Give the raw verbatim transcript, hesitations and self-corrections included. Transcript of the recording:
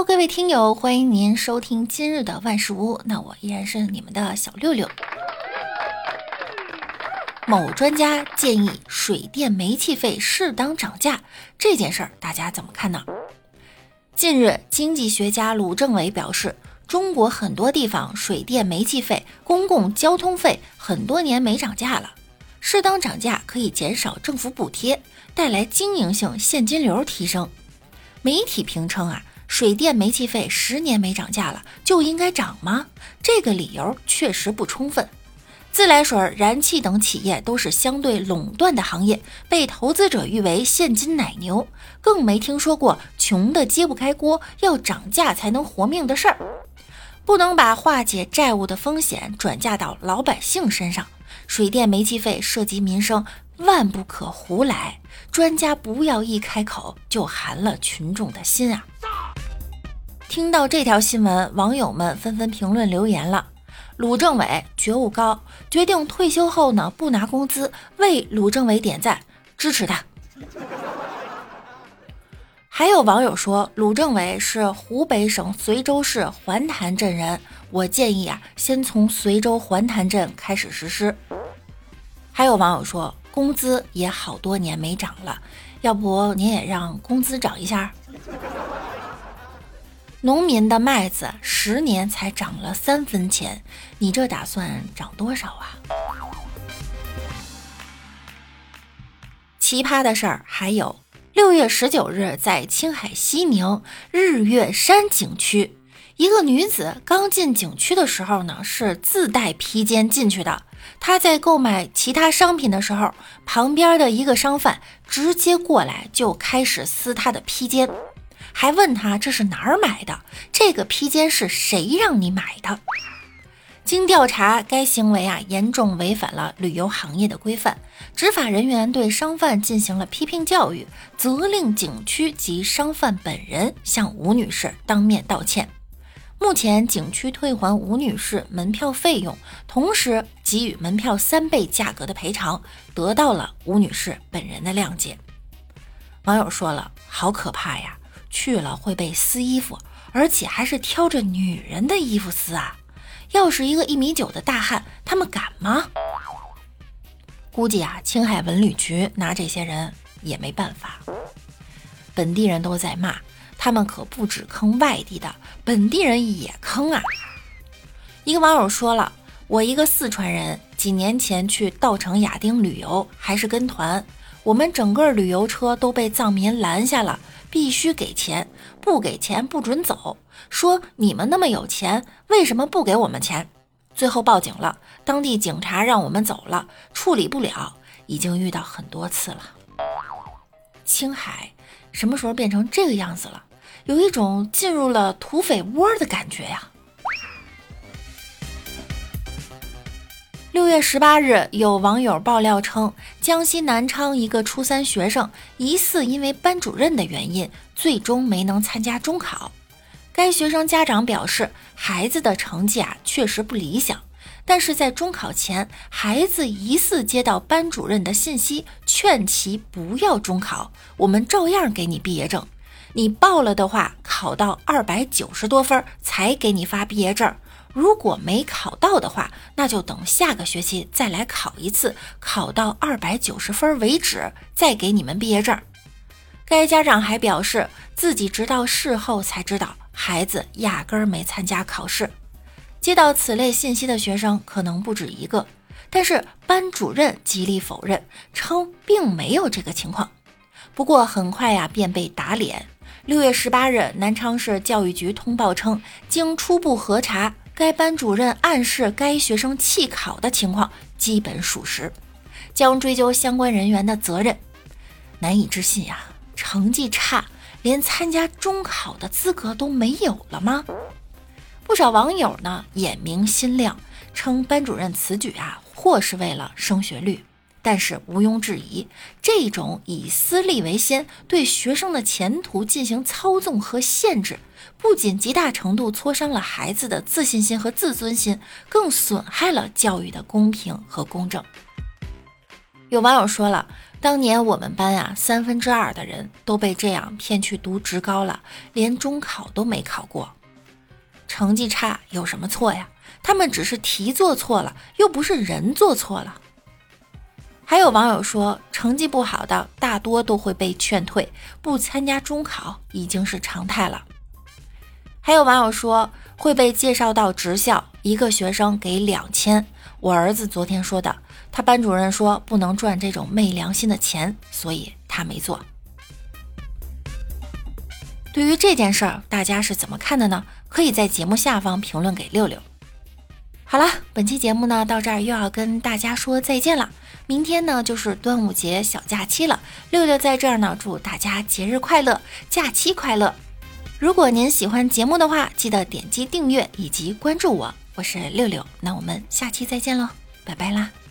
各位听友，欢迎您收听今日的万事屋，那我依然是你们的小六六。某专家建议水电煤气费适当涨价，这件事儿大家怎么看呢？近日，经济学家鲁政委表示，中国很多地方水电煤气费、公共交通费很多年没涨价了，适当涨价可以减少政府补贴，带来经营性现金流提升。媒体评称啊，水电煤气费十年没涨价了，就应该涨吗？这个理由确实不充分。自来水、燃气等企业都是相对垄断的行业，被投资者誉为现金奶牛，更没听说过穷的揭不开锅，要涨价才能活命的事儿。不能把化解债务的风险转嫁到老百姓身上，水电煤气费涉及民生，万不可胡来。专家不要一开口就寒了群众的心啊！听到这条新闻，网友们纷纷评论留言了。鲁政委觉悟高，决定退休后呢不拿工资，为鲁政委点赞，支持他。还有网友说，鲁政委是湖北省随州市环潭镇人，我建议啊，先从随州环潭镇开始实施。还有网友说，工资也好多年没涨了，要不您也让工资涨一下？农民的麦子十年才涨了三分钱，你这打算涨多少啊？奇葩的事儿还有，六月十九日在青海西宁日月山景区，一个女子刚进景区的时候呢，是自带披肩进去的。她在购买其他商品的时候，旁边的一个商贩直接过来就开始撕她的披肩，还问她这是哪儿买的，这个披肩是谁让你买的。经调查，该行为啊严重违反了旅游行业的规范，执法人员对商贩进行了批评教育，责令景区及商贩本人向吴女士当面道歉。目前景区退还吴女士门票费用，同时给予门票三倍价格的赔偿，得到了吴女士本人的谅解。网友说了，好可怕呀，去了会被撕衣服，而且还是挑着女人的衣服撕啊！要是一个一米九的大汉，他们敢吗？估计啊，青海文旅局拿这些人也没办法。本地人都在骂，他们可不只坑外地的，本地人也坑啊！一个网友说了，我一个四川人，几年前去稻城亚丁旅游，还是跟团，我们整个旅游车都被藏民拦下了，必须给钱，不给钱不准走，说你们那么有钱，为什么不给我们钱？最后报警了，当地警察让我们走了，处理不了，已经遇到很多次了。青海什么时候变成这个样子了？有一种进入了土匪窝的感觉呀。六月十八日，有网友爆料称，江西南昌一个初三学生疑似因为班主任的原因，最终没能参加中考。该学生家长表示，孩子的成绩啊确实不理想，但是在中考前，孩子疑似接到班主任的信息，劝其不要中考，我们照样给你毕业证。你报了的话，考到二百九十多分才给你发毕业证。如果没考到的话，那就等下个学期再来考一次，考到二百九十分为止，再给你们毕业证。该家长还表示，自己直到事后才知道，孩子压根儿没参加考试。接到此类信息的学生可能不止一个，但是班主任极力否认，称并没有这个情况。不过很快呀、啊、便被打脸。六月十八日，南昌市教育局通报称，经初步核查，该班主任暗示该学生弃考的情况基本属实，将追究相关人员的责任。难以置信呀、啊，成绩差，连参加中考的资格都没有了吗？不少网友呢眼明心亮，称班主任此举啊，或是为了升学率。但是毋庸置疑，这种以私利为先，对学生的前途进行操纵和限制，不仅极大程度挫伤了孩子的自信心和自尊心，更损害了教育的公平和公正。有网友说了， 当年我们班啊，三分之二的人都被这样骗去读职高了，连中考都没考过。成绩差有什么错呀？他们只是题做错了，又不是人做错了。还有网友说，成绩不好的大多都会被劝退，不参加中考已经是常态了。还有网友说，会被介绍到职校，一个学生给两千。我儿子昨天说的，他班主任说不能赚这种昧良心的钱，所以他没做。对于这件事儿，大家是怎么看的呢？可以在节目下方评论给六六。好了，本期节目呢到这儿又要跟大家说再见了。明天呢就是端午节小假期了，六六在这儿呢祝大家节日快乐，假期快乐。如果您喜欢节目的话，记得点击订阅以及关注我，我是六六，那我们下期再见喽，拜拜啦。